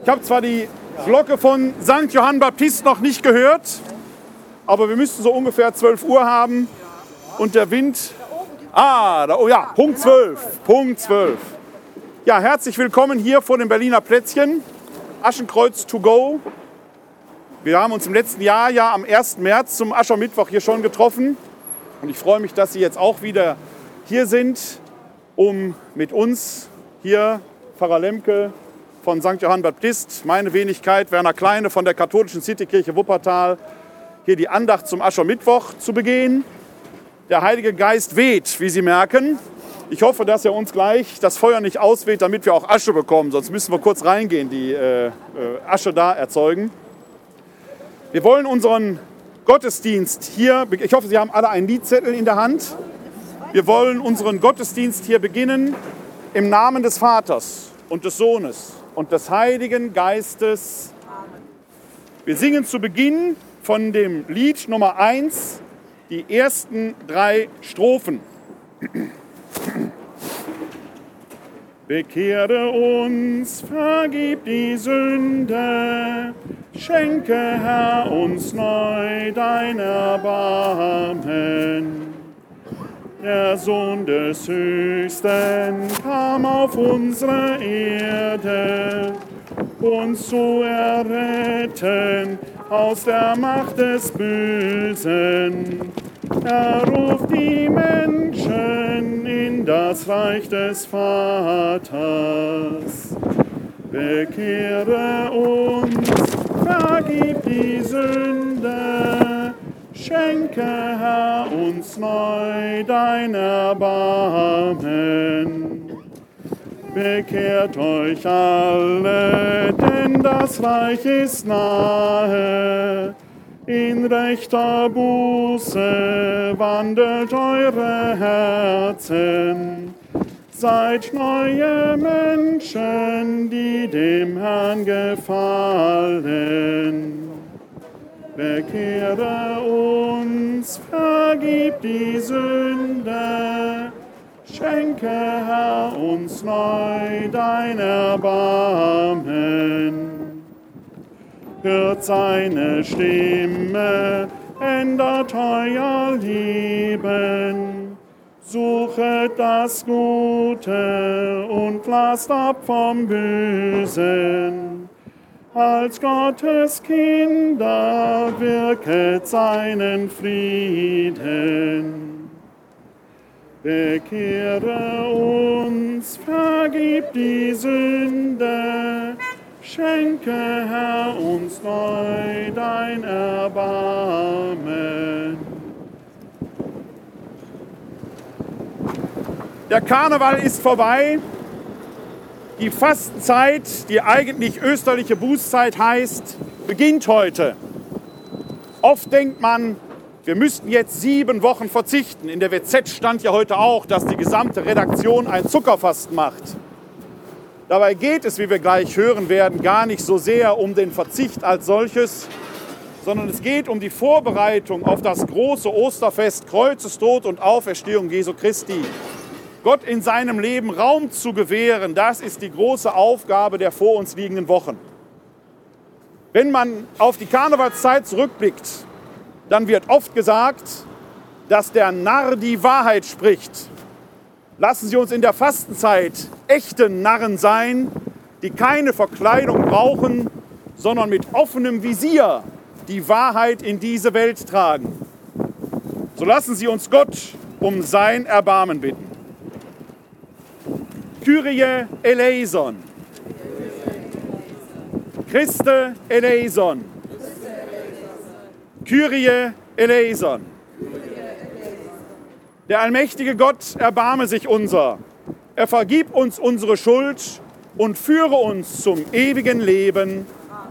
Ich habe zwar die Glocke von St. Johann Baptist noch nicht gehört, aber wir müssten so ungefähr 12 Uhr haben und der Wind... Punkt 12. Ja, herzlich willkommen hier vor dem Berliner Plätzchen, Aschenkreuz to go. Wir haben uns im letzten Jahr ja am 1. März zum Aschermittwoch hier schon getroffen und ich freue mich, dass Sie jetzt auch wieder hier sind, um mit uns hier, Pfarrer Lemke von St. Johann Baptist, meine Wenigkeit, Werner Kleine von der katholischen Citykirche Wuppertal, hier die Andacht zum Aschermittwoch zu begehen. Der Heilige Geist weht, wie Sie merken. Ich hoffe, dass er uns gleich das Feuer nicht ausweht, damit wir auch Asche bekommen. Sonst müssen wir kurz reingehen, die Asche da erzeugen. Wir wollen unseren Gottesdienst hier, ich hoffe, Sie haben alle einen Liedzettel in der Hand. Wir wollen unseren Gottesdienst hier beginnen im Namen des Vaters und des Sohnes und des Heiligen Geistes. Wir singen zu Beginn von dem Lied Nummer 1 die ersten 3 Strophen. Bekehre uns, vergib die Sünde, schenke, Herr, uns neu dein Erbarmen. Der Sohn des Höchsten kam auf unsere Erde, uns zu erretten aus der Macht des Bösen. Er ruft die Menschen in das Reich des Vaters. Bekehre uns, vergib die Sünde, schenke, Herr, uns neu dein Erbarmen. Bekehrt euch alle, denn das Reich ist nahe. In rechter Buße wandelt eure Herzen. Seid neue Menschen, die dem Herrn gefallen. Bekehre uns, vergib die Sünde, schenke, Herr, uns neu dein Erbarmen. Hört seine Stimme, ändert euer Leben. Suchet das Gute und lasst ab vom Bösen. Als Gottes Kinder wirket seinen Frieden. Bekehre uns, vergib die Sünde, schenke, Herr, uns neu dein Erbarmen. Der Karneval ist vorbei. Die Fastenzeit, die eigentlich österliche Bußzeit heißt, beginnt heute. Oft denkt man, wir müssten jetzt 7 Wochen verzichten. In der WZ stand ja heute auch, dass die gesamte Redaktion ein Zuckerfasten macht. Dabei geht es, wie wir gleich hören werden, gar nicht so sehr um den Verzicht als solches, sondern es geht um die Vorbereitung auf das große Osterfest, Kreuzestod und Auferstehung Jesu Christi. Gott in seinem Leben Raum zu gewähren, das ist die große Aufgabe der vor uns liegenden Wochen. Wenn man auf die Karnevalszeit zurückblickt, dann wird oft gesagt, dass der Narr die Wahrheit spricht. Lassen Sie uns in der Fastenzeit echte Narren sein, die keine Verkleidung brauchen, sondern mit offenem Visier die Wahrheit in diese Welt tragen. So lassen Sie uns Gott um sein Erbarmen bitten. Kyrie eleison. Christe eleison. Kyrie eleison. Der allmächtige Gott erbarme sich unser. Er vergib uns unsere Schuld und führe uns zum ewigen Leben.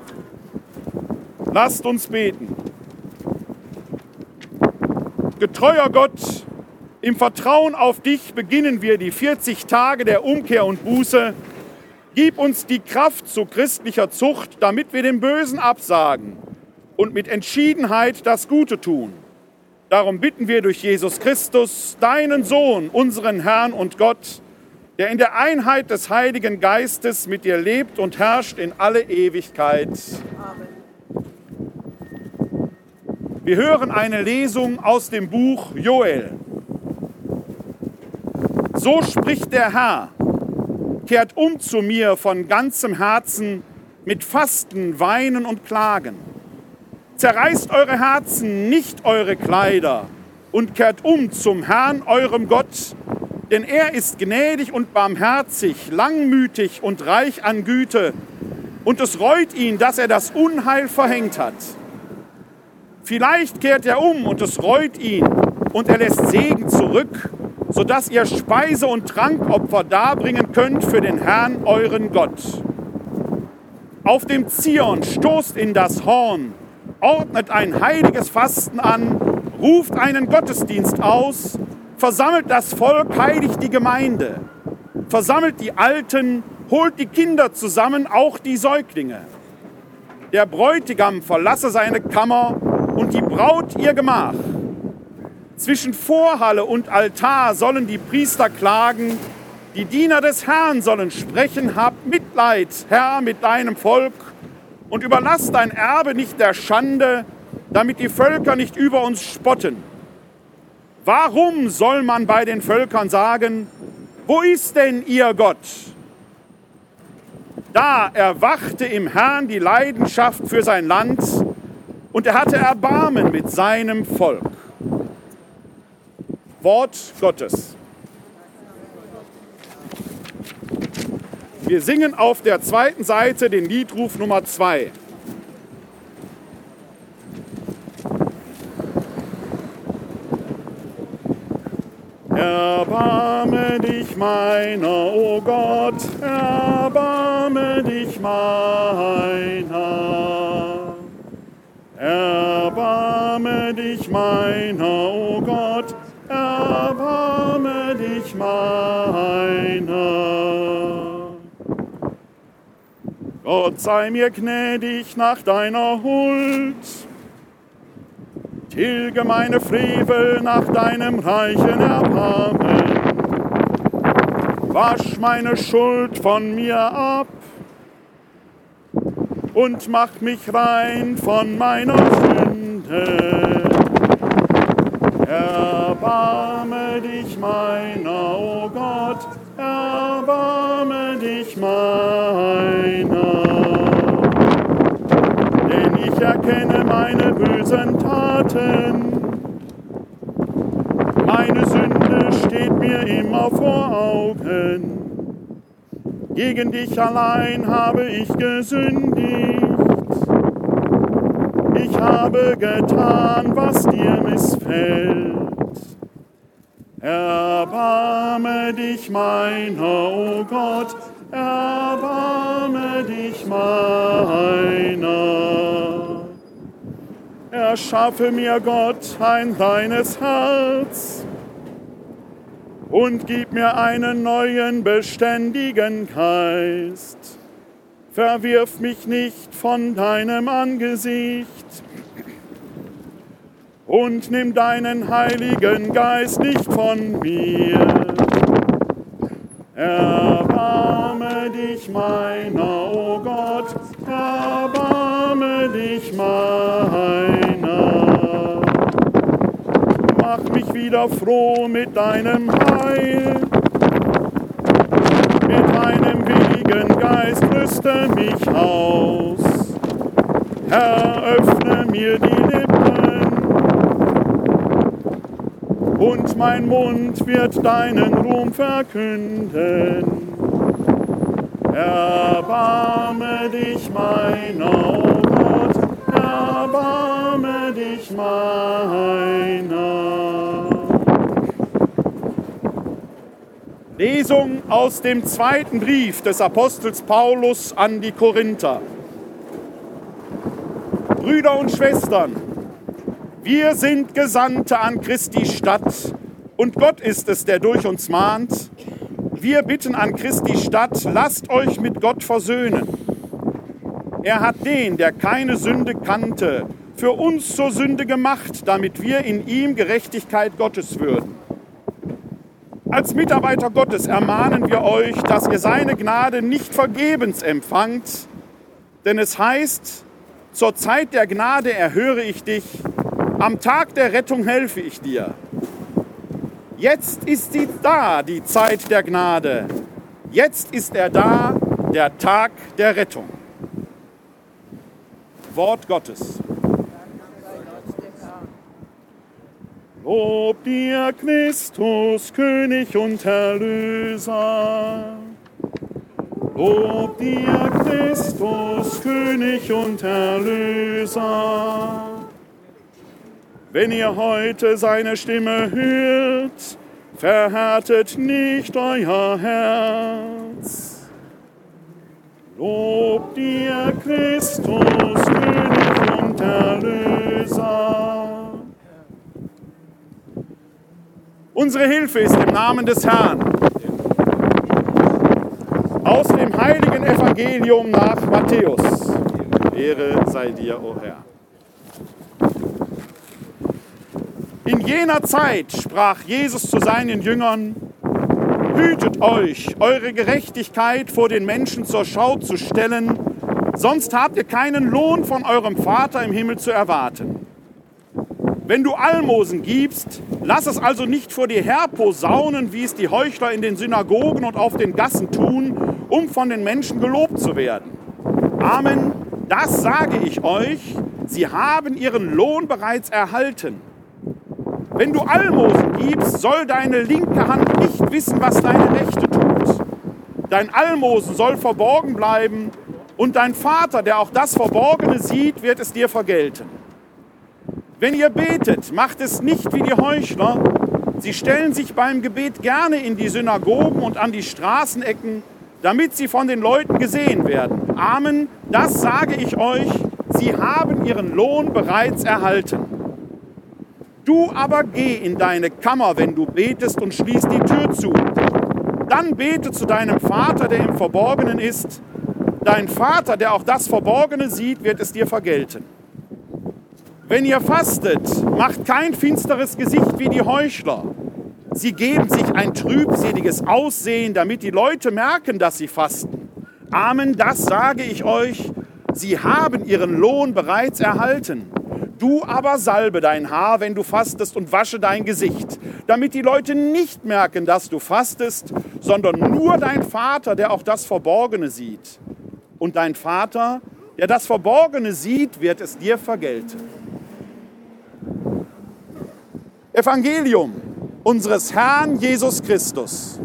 Lasst uns beten. Getreuer Gott, im Vertrauen auf dich beginnen wir die 40 Tage der Umkehr und Buße. Gib uns die Kraft zu christlicher Zucht, damit wir dem Bösen absagen und mit Entschiedenheit das Gute tun. Darum bitten wir durch Jesus Christus, deinen Sohn, unseren Herrn und Gott, der in der Einheit des Heiligen Geistes mit dir lebt und herrscht in alle Ewigkeit. Amen. Wir hören eine Lesung aus dem Buch Joel. So spricht der Herr: Kehrt um zu mir von ganzem Herzen mit Fasten, Weinen und Klagen. Zerreißt eure Herzen, nicht eure Kleider, und kehrt um zum Herrn, eurem Gott, denn er ist gnädig und barmherzig, langmütig und reich an Güte, und es reut ihn, dass er das Unheil verhängt hat. Vielleicht kehrt er um und es reut ihn, und er lässt Segen zurück, sodass ihr Speise- und Trankopfer darbringen könnt für den Herrn, euren Gott. Auf dem Zion stoßt in das Horn, ordnet ein heiliges Fasten an, ruft einen Gottesdienst aus, versammelt das Volk, heiligt die Gemeinde, versammelt die Alten, holt die Kinder zusammen, auch die Säuglinge. Der Bräutigam verlasse seine Kammer und die Braut ihr Gemach. Zwischen Vorhalle und Altar sollen die Priester klagen, die Diener des Herrn sollen sprechen: Hab Mitleid, Herr, mit deinem Volk und überlass dein Erbe nicht der Schande, damit die Völker nicht über uns spotten. Warum soll man bei den Völkern sagen: Wo ist denn ihr Gott? Da erwachte im Herrn die Leidenschaft für sein Land und er hatte Erbarmen mit seinem Volk. Wort Gottes. Wir singen auf der zweiten Seite den Liedruf Nummer 2. Erbarme dich meiner, o Gott, erbarme dich meiner. Erbarme dich meiner, o Gott, erbarme dich meiner. Gott sei mir gnädig nach deiner Huld, tilge meine Frevel nach deinem reichen Erbarmen. Wasch meine Schuld von mir ab und mach mich rein von meiner Sünde. Erbarme dich meiner, o Gott, erbarme dich meiner. Denn ich erkenne meine bösen Taten, meine Sünde steht mir immer vor Augen. Gegen dich allein habe ich gesündigt. Ich habe getan, was dir missfällt. Erbarme dich meiner, o Gott, erbarme dich meiner. Erschaffe mir, Gott, ein reines Herz und gib mir einen neuen, beständigen Geist. Verwirf mich nicht von deinem Angesicht und nimm deinen Heiligen Geist nicht von mir. Erbarme dich meiner, o Gott, erbarme dich meiner. Mach mich wieder froh mit deinem Heil, mit deinem willigen Geist rüste mich aus. Herr, öffne mir die Lippen, und mein Mund wird deinen Ruhm verkünden. Erbarme dich meiner, o Gott, erbarme dich meiner. Lesung aus dem zweiten Brief des Apostels Paulus an die Korinther. Brüder und Schwestern, wir sind Gesandte an Christi Stadt und Gott ist es, der durch uns mahnt. Wir bitten an Christi Stadt, lasst euch mit Gott versöhnen. Er hat den, der keine Sünde kannte, für uns zur Sünde gemacht, damit wir in ihm Gerechtigkeit Gottes würden. Als Mitarbeiter Gottes ermahnen wir euch, dass ihr seine Gnade nicht vergebens empfangt, denn es heißt, zur Zeit der Gnade erhöre ich dich, am Tag der Rettung helfe ich dir. Jetzt ist sie da, die Zeit der Gnade. Jetzt ist er da, der Tag der Rettung. Wort Gottes. Lob dir, Christus, König und Erlöser. Lob dir, Christus, König und Erlöser. Wenn ihr heute seine Stimme hört, verhärtet nicht euer Herz. Lob dir, Christus, König und Erlöser. Unsere Hilfe ist im Namen des Herrn. Aus dem heiligen Evangelium nach Matthäus. Ehre sei dir, o Herr. In jener Zeit sprach Jesus zu seinen Jüngern: Hütet euch, eure Gerechtigkeit vor den Menschen zur Schau zu stellen, sonst habt ihr keinen Lohn von eurem Vater im Himmel zu erwarten. Wenn du Almosen gibst, lass es also nicht vor dir her posaunen, wie es die Heuchler in den Synagogen und auf den Gassen tun, um von den Menschen gelobt zu werden. Amen, das sage ich euch, sie haben ihren Lohn bereits erhalten. Wenn du Almosen gibst, soll deine linke Hand nicht wissen, was deine rechte tut. Dein Almosen soll verborgen bleiben, und dein Vater, der auch das Verborgene sieht, wird es dir vergelten. Wenn ihr betet, macht es nicht wie die Heuchler. Sie stellen sich beim Gebet gerne in die Synagogen und an die Straßenecken, damit sie von den Leuten gesehen werden. Amen, das sage ich euch, sie haben ihren Lohn bereits erhalten. Du aber geh in deine Kammer, wenn du betest, und schließ die Tür zu. Dann bete zu deinem Vater, der im Verborgenen ist. Dein Vater, der auch das Verborgene sieht, wird es dir vergelten. Wenn ihr fastet, macht kein finsteres Gesicht wie die Heuchler. Sie geben sich ein trübseliges Aussehen, damit die Leute merken, dass sie fasten. Amen, das sage ich euch, sie haben ihren Lohn bereits erhalten. Du aber salbe dein Haar, wenn du fastest, und wasche dein Gesicht, damit die Leute nicht merken, dass du fastest, sondern nur dein Vater, der auch das Verborgene sieht. Und dein Vater, der das Verborgene sieht, wird es dir vergelten. Evangelium unseres Herrn Jesus Christus.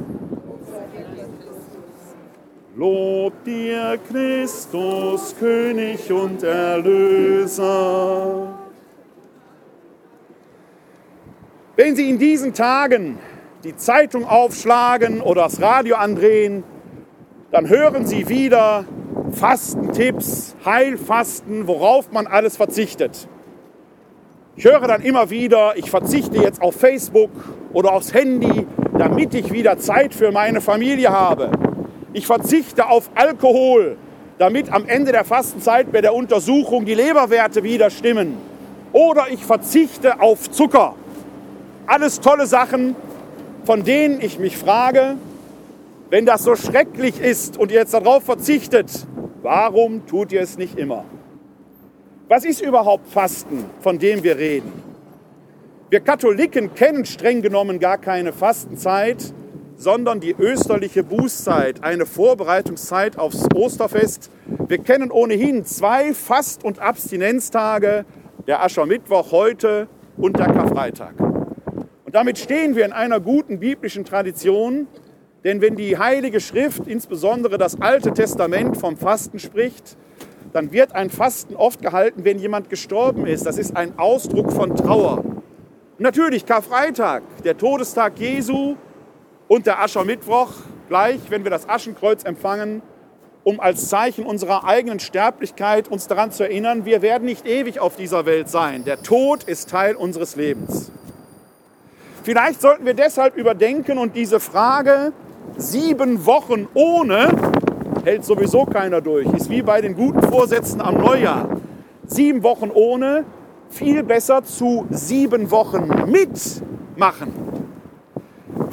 Lob dir, Christus, König und Erlöser. Wenn Sie in diesen Tagen die Zeitung aufschlagen oder das Radio andrehen, dann hören Sie wieder Fastentipps, Heilfasten, worauf man alles verzichtet. Ich höre dann immer wieder, ich verzichte jetzt auf Facebook oder aufs Handy, damit ich wieder Zeit für meine Familie habe. Ich verzichte auf Alkohol, damit am Ende der Fastenzeit bei der Untersuchung die Leberwerte wieder stimmen. Oder ich verzichte auf Zucker. Alles tolle Sachen, von denen ich mich frage, wenn das so schrecklich ist und ihr jetzt darauf verzichtet, warum tut ihr es nicht immer? Was ist überhaupt Fasten, von dem wir reden? Wir Katholiken kennen streng genommen gar keine Fastenzeit, sondern die österliche Bußzeit, eine Vorbereitungszeit aufs Osterfest. Wir kennen ohnehin 2 Fast- und Abstinenztage, der Aschermittwoch heute und der Karfreitag. Und damit stehen wir in einer guten biblischen Tradition, denn wenn die Heilige Schrift, insbesondere das Alte Testament, vom Fasten spricht, dann wird ein Fasten oft gehalten, wenn jemand gestorben ist. Das ist ein Ausdruck von Trauer. Und natürlich Karfreitag, der Todestag Jesu, und der Aschermittwoch, gleich, wenn wir das Aschenkreuz empfangen, um als Zeichen unserer eigenen Sterblichkeit uns daran zu erinnern, wir werden nicht ewig auf dieser Welt sein. Der Tod ist Teil unseres Lebens. Vielleicht sollten wir deshalb überdenken und diese Frage, 7 Wochen ohne, hält sowieso keiner durch, ist wie bei den guten Vorsätzen am Neujahr. 7 Wochen ohne, viel besser zu 7 Wochen mitmachen.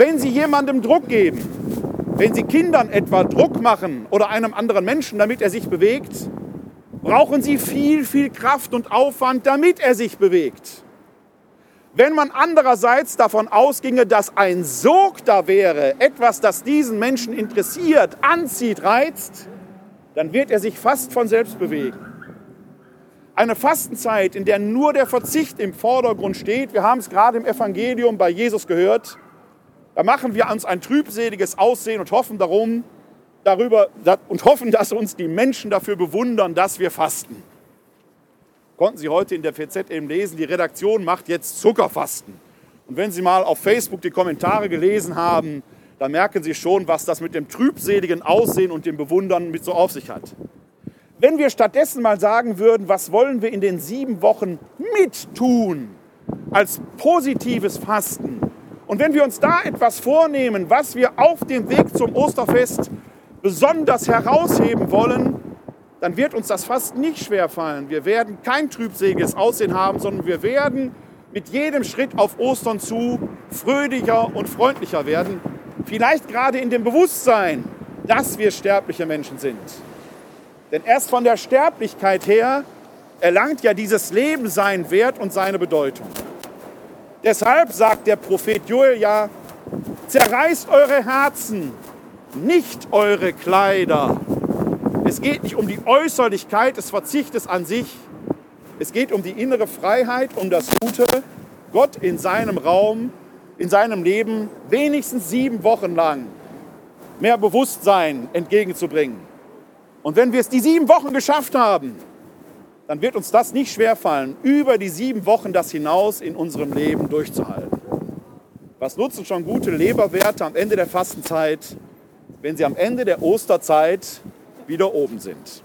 wenn Sie jemandem Druck geben, wenn Sie Kindern etwa Druck machen oder einem anderen Menschen, damit er sich bewegt, brauchen Sie viel, viel Kraft und Aufwand, damit er sich bewegt. Wenn man andererseits davon ausginge, dass ein Sog da wäre, etwas, das diesen Menschen interessiert, anzieht, reizt, dann wird er sich fast von selbst bewegen. Eine Fastenzeit, in der nur der Verzicht im Vordergrund steht, wir haben es gerade im Evangelium bei Jesus gehört, da machen wir uns ein trübseliges Aussehen und hoffen dass uns die Menschen dafür bewundern, dass wir fasten. Konnten Sie heute in der FZ eben lesen, die Redaktion macht jetzt Zuckerfasten. Und wenn Sie mal auf Facebook die Kommentare gelesen haben, dann merken Sie schon, was das mit dem trübseligen Aussehen und dem Bewundern mit so auf sich hat. Wenn wir stattdessen mal sagen würden, was wollen wir in den 7 Wochen mittun als positives Fasten? Und wenn wir uns da etwas vornehmen, was wir auf dem Weg zum Osterfest besonders herausheben wollen, dann wird uns das Fasten nicht schwerfallen. Wir werden kein trübseliges Aussehen haben, sondern wir werden mit jedem Schritt auf Ostern zu fröhlicher und freundlicher werden. Vielleicht gerade in dem Bewusstsein, dass wir sterbliche Menschen sind. Denn erst von der Sterblichkeit her erlangt ja dieses Leben seinen Wert und seine Bedeutung. Deshalb sagt der Prophet Joel ja, zerreißt eure Herzen, nicht eure Kleider. Es geht nicht um die Äußerlichkeit des Verzichtes an sich. Es geht um die innere Freiheit, um das Gute, Gott in seinem Raum, in seinem Leben wenigstens 7 Wochen lang mehr Bewusstsein entgegenzubringen. Und wenn wir es die 7 Wochen geschafft haben, dann wird uns das nicht schwerfallen, über die 7 Wochen das hinaus in unserem Leben durchzuhalten. Was nutzen schon gute Leberwerte am Ende der Fastenzeit, wenn sie am Ende der Osterzeit wieder oben sind?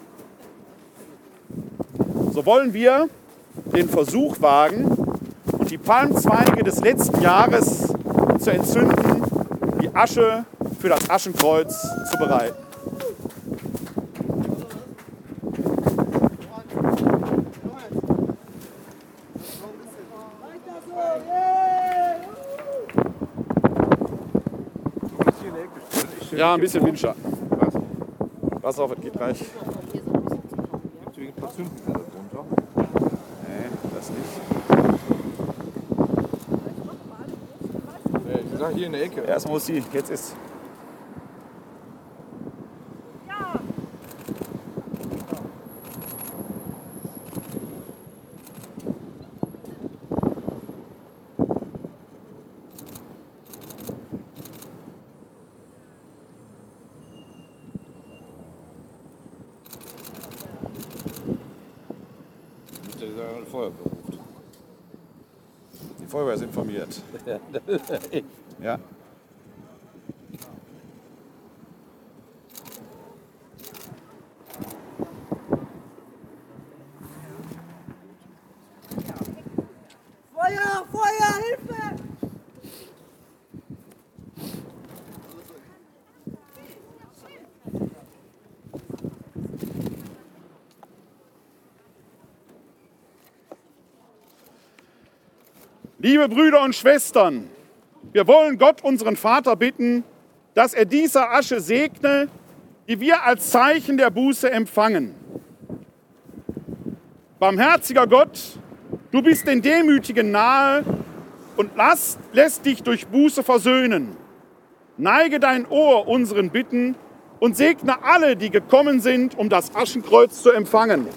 So wollen wir den Versuch wagen und die Palmzweige des letzten Jahres zu entzünden, die Asche für das Aschenkreuz zu bereiten. Ja, ein bisschen Windschatten. Pass auf, es geht gleich. Gibt es ein paar Zündhüte drunter? Nee, das nicht. Nee, ich sag hier in der Ecke. Erstmal muss sie, jetzt ist. Feuerwehr ruft. Die Feuerwehr ist informiert. Ja. Feuer, Feuer, Hilfe! Liebe Brüder und Schwestern, wir wollen Gott, unseren Vater, bitten, dass er diese Asche segne, die wir als Zeichen der Buße empfangen. Barmherziger Gott, du bist den Demütigen nahe und lässt dich durch Buße versöhnen. Neige dein Ohr unseren Bitten und segne alle, die gekommen sind, um das Aschenkreuz zu empfangen.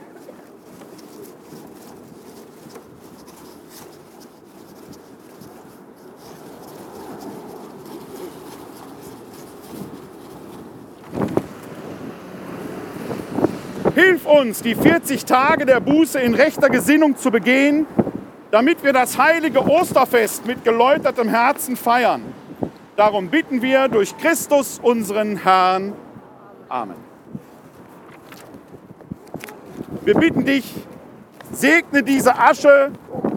Hilf uns, die 40 Tage der Buße in rechter Gesinnung zu begehen, damit wir das heilige Osterfest mit geläutertem Herzen feiern. Darum bitten wir durch Christus, unseren Herrn. Amen. Wir bitten dich, segne diese Asche,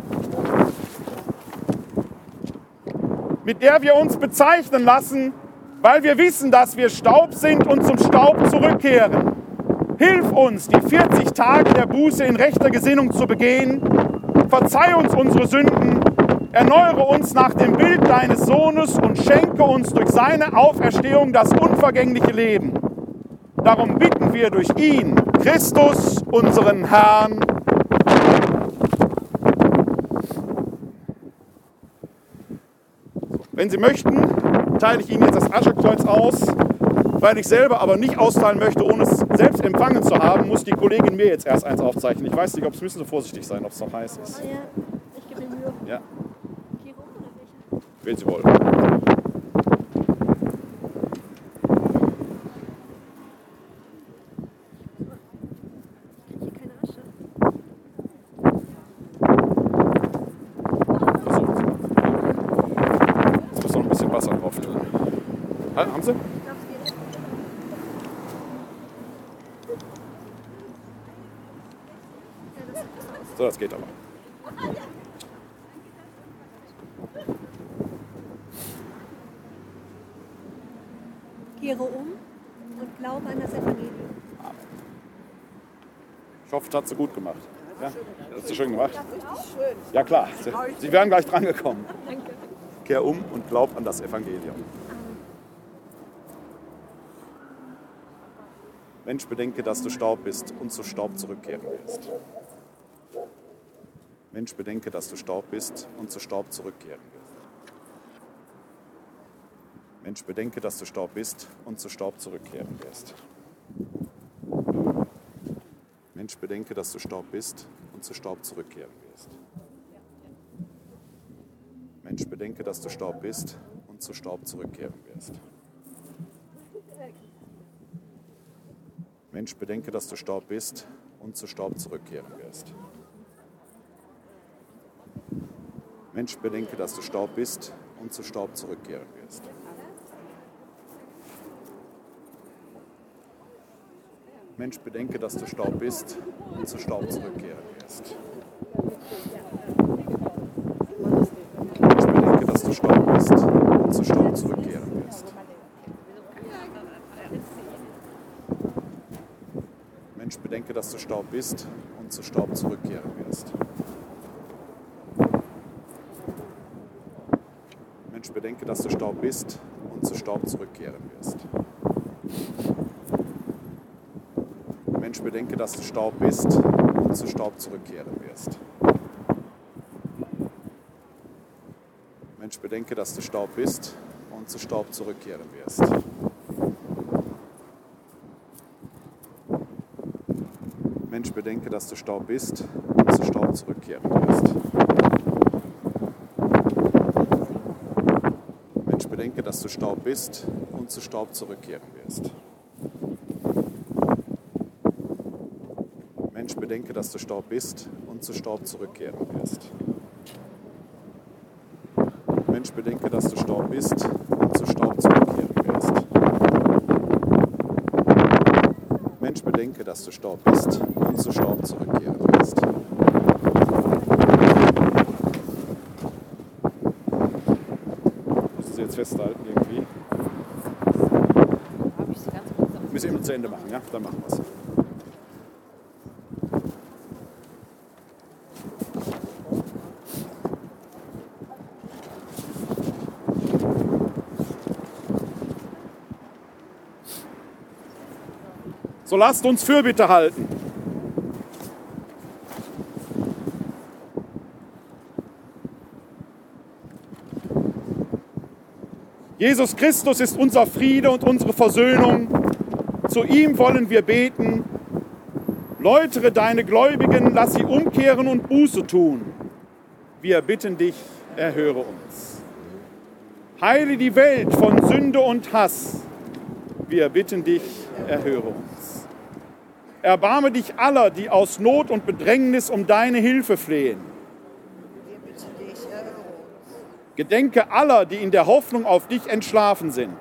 mit der wir uns bezeichnen lassen, weil wir wissen, dass wir Staub sind und zum Staub zurückkehren. Hilf uns, die 40 Tage der Buße in rechter Gesinnung zu begehen. Verzeih uns unsere Sünden Erneuere uns nach dem Bild deines Sohnes und schenke uns durch seine Auferstehung das unvergängliche Leben. Darum bitten wir durch ihn, Christus, unseren Herrn. Wenn Sie möchten, teile ich Ihnen jetzt das Aschekreuz aus. Weil ich selber aber nicht austeilen möchte, ohne es selbst empfangen zu haben, muss die Kollegin mir jetzt erst eins aufzeichnen. Ich weiß nicht, ob es müssen Sie vorsichtig sein, ob es noch heiß ist. Oh ja, ich gebe mir Mühe. Ja, Hier rum oder welcher? wenn Sie wollen. Hier keine Asche. Versuchen Sie. Jetzt muss noch ein bisschen Wasser drauf tun. Haben Sie? Ich glaube, es geht. Ja, das sieht besser aus. So, das geht aber. Kehre um und glaube an das Evangelium. Ich hoffe, das hat sie gut gemacht. Ja? Das hast du schön gemacht? Ja, klar. Sie werden gleich drangekommen. Danke. Kehr um und glaub an das Evangelium. Mensch, bedenke, dass du Staub bist und zu Staub zurückkehren wirst. Mensch, bedenke, dass du Staub bist und zu Staub zurückkehren wirst. Mensch, bedenke, dass du Staub bist und zu Staub zurückkehren wirst. Mensch, bedenke, dass du Staub bist und zu Staub zurückkehren wirst. Mensch, bedenke, dass du Staub bist und zu Staub zurückkehren wirst. Mensch, bedenke, dass du Staub bist und zu Staub zurückkehren wirst. Mensch, bedenke, dass du Staub bist und zu Staub zurückkehren wirst. Mensch, bedenke, dass du Staub bist und zu Staub zurückkehren wirst. Mensch, bedenke, dass du Staub bist und zu Staub zurückkehren wirst. Mensch, bedenke, dass du Staub bist und zu Staub zurückkehren wirst. Mensch, bedenke, dass du Staub bist und zu Staub zurückkehren wirst. Mensch, bedenke, dass du Staub bist und zu Staub zurückkehren wirst. Mensch, bedenke, dass du Staub bist und zu Staub zurückkehren wirst. Mensch, bedenke, dass du Staub bist und zu Staub zurückkehren wirst. Mensch, bedenke, dass du Staub bist und zu Staub zurückkehren wirst. Mensch, bedenke, dass du Staub bist und zu Staub zurückkehren wirst. Mensch, bedenke, dass du Staub bist und zu Staub zurückkehren wirst. Mensch, bedenke, dass du Staub bist und zu Staub zurückkehren wirst. Müssen Sie jetzt festhalten irgendwie? Müssen wir immer zu Ende machen, ja? Dann machen wir es. So lasst uns Fürbitte halten. Jesus Christus ist unser Friede und unsere Versöhnung. Zu ihm wollen wir beten. Läutere deine Gläubigen, lass sie umkehren und Buße tun. Wir bitten dich, erhöre uns. Heile die Welt von Sünde und Hass. Wir bitten dich, erhöre uns. Erbarme dich aller, die aus Not und Bedrängnis um deine Hilfe flehen. Gedenke aller, die in der Hoffnung auf dich entschlafen sind.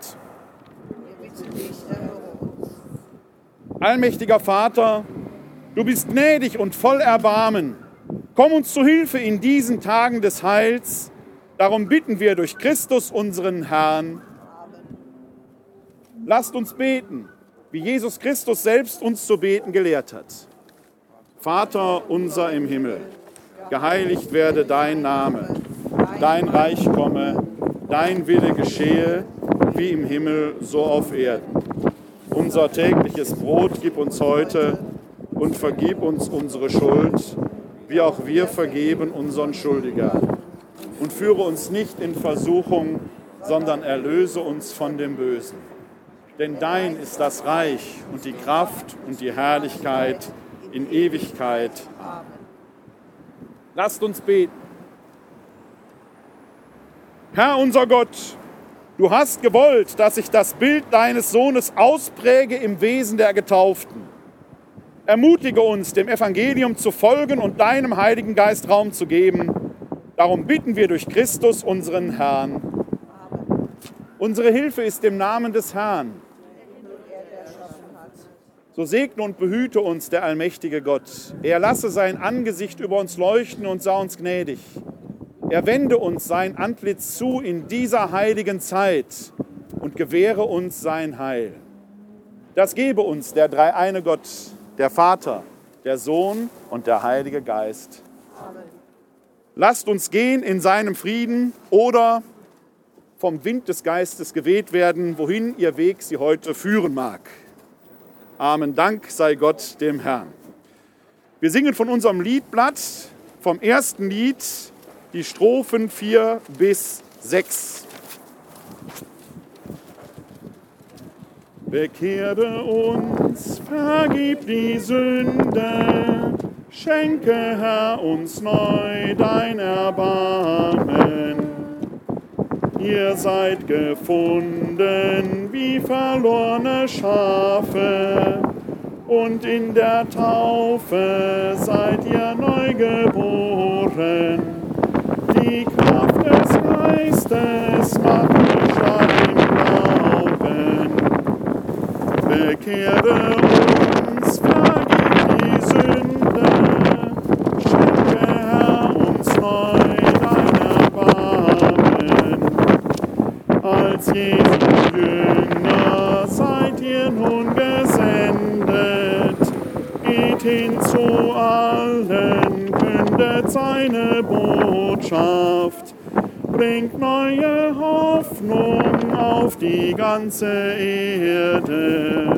Allmächtiger Vater, du bist gnädig und voll Erbarmen. Komm uns zu Hilfe in diesen Tagen des Heils. Darum bitten wir durch Christus, unseren Herrn. Lasst uns beten, wie Jesus Christus selbst uns zu beten gelehrt hat. Vater unser im Himmel, geheiligt werde dein Name. dein Reich komme, dein Wille geschehe, wie im Himmel, so auf Erden. Unser tägliches Brot gib uns heute und vergib uns unsere Schuld, wie auch wir vergeben unseren Schuldigern. Und führe uns nicht in Versuchung, sondern erlöse uns von dem Bösen. Denn dein ist das Reich und die Kraft und die Herrlichkeit in Ewigkeit. Amen. Lasst uns beten. Herr unser Gott, du hast gewollt, dass sich das Bild deines Sohnes auspräge im Wesen der Getauften. Ermutige uns, dem Evangelium zu folgen und deinem Heiligen Geist Raum zu geben. Darum bitten wir durch Christus, unseren Herrn. Unsere Hilfe ist im Namen des Herrn. So segne und behüte uns der allmächtige Gott. Er lasse sein Angesicht über uns leuchten und sei uns gnädig. Er wende uns sein Antlitz zu in dieser heiligen Zeit und gewähre uns sein Heil. Das gebe uns der dreieine Gott, der Vater, der Sohn und der Heilige Geist. Amen. Lasst uns gehen in seinem Frieden oder vom Wind des Geistes geweht werden, wohin ihr Weg sie heute führen mag. Amen. Dank sei Gott dem Herrn. Wir singen von unserem Liedblatt, vom ersten Lied, die Strophen 4 bis 6. Bekehre uns, vergib die Sünde, schenke, Herr, uns neu dein Erbarmen. Ihr seid gefunden wie verlorene Schafe, und in der Taufe seid ihr neu geboren. Die Kraft des Geistes macht euch stark im Glauben. Bekehre uns, vergib die Sünde, schenke, Herr, uns neu dein Erbarmen. Als Jesu Jünger seid ihr nun gesendet, geht hin zu allen, kündet seine Botschaft, bringt neue Hoffnung auf die ganze Erde.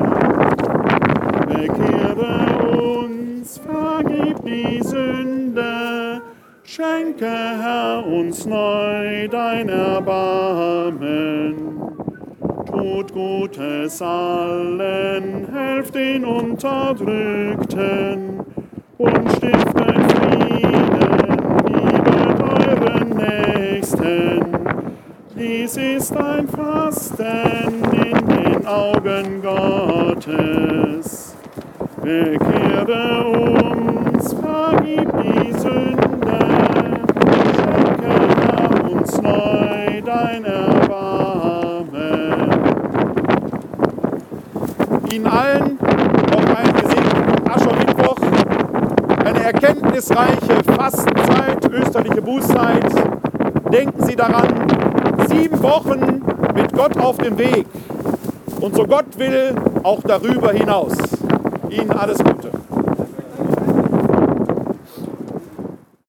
Bekehre uns, vergib die Sünde, schenke, Herr, uns neu dein Erbarmen. Tut Gutes allen, helft den Unterdrückten und stiftet Frieden, liebet euren Nächsten. Dies ist ein Fasten in den Augen Gottes. Bekehre uns, vergib die Sünde, schenke, Herr, uns neu dein Erbarmen. Ihnen allen noch einen gesegneten Aschermittwoch, eine erkenntnisreiche Fastenzeit, österliche Bußzeit. Denken Sie daran, 7 Wochen mit Gott auf dem Weg und so Gott will, auch darüber hinaus. Ihnen alles Gute.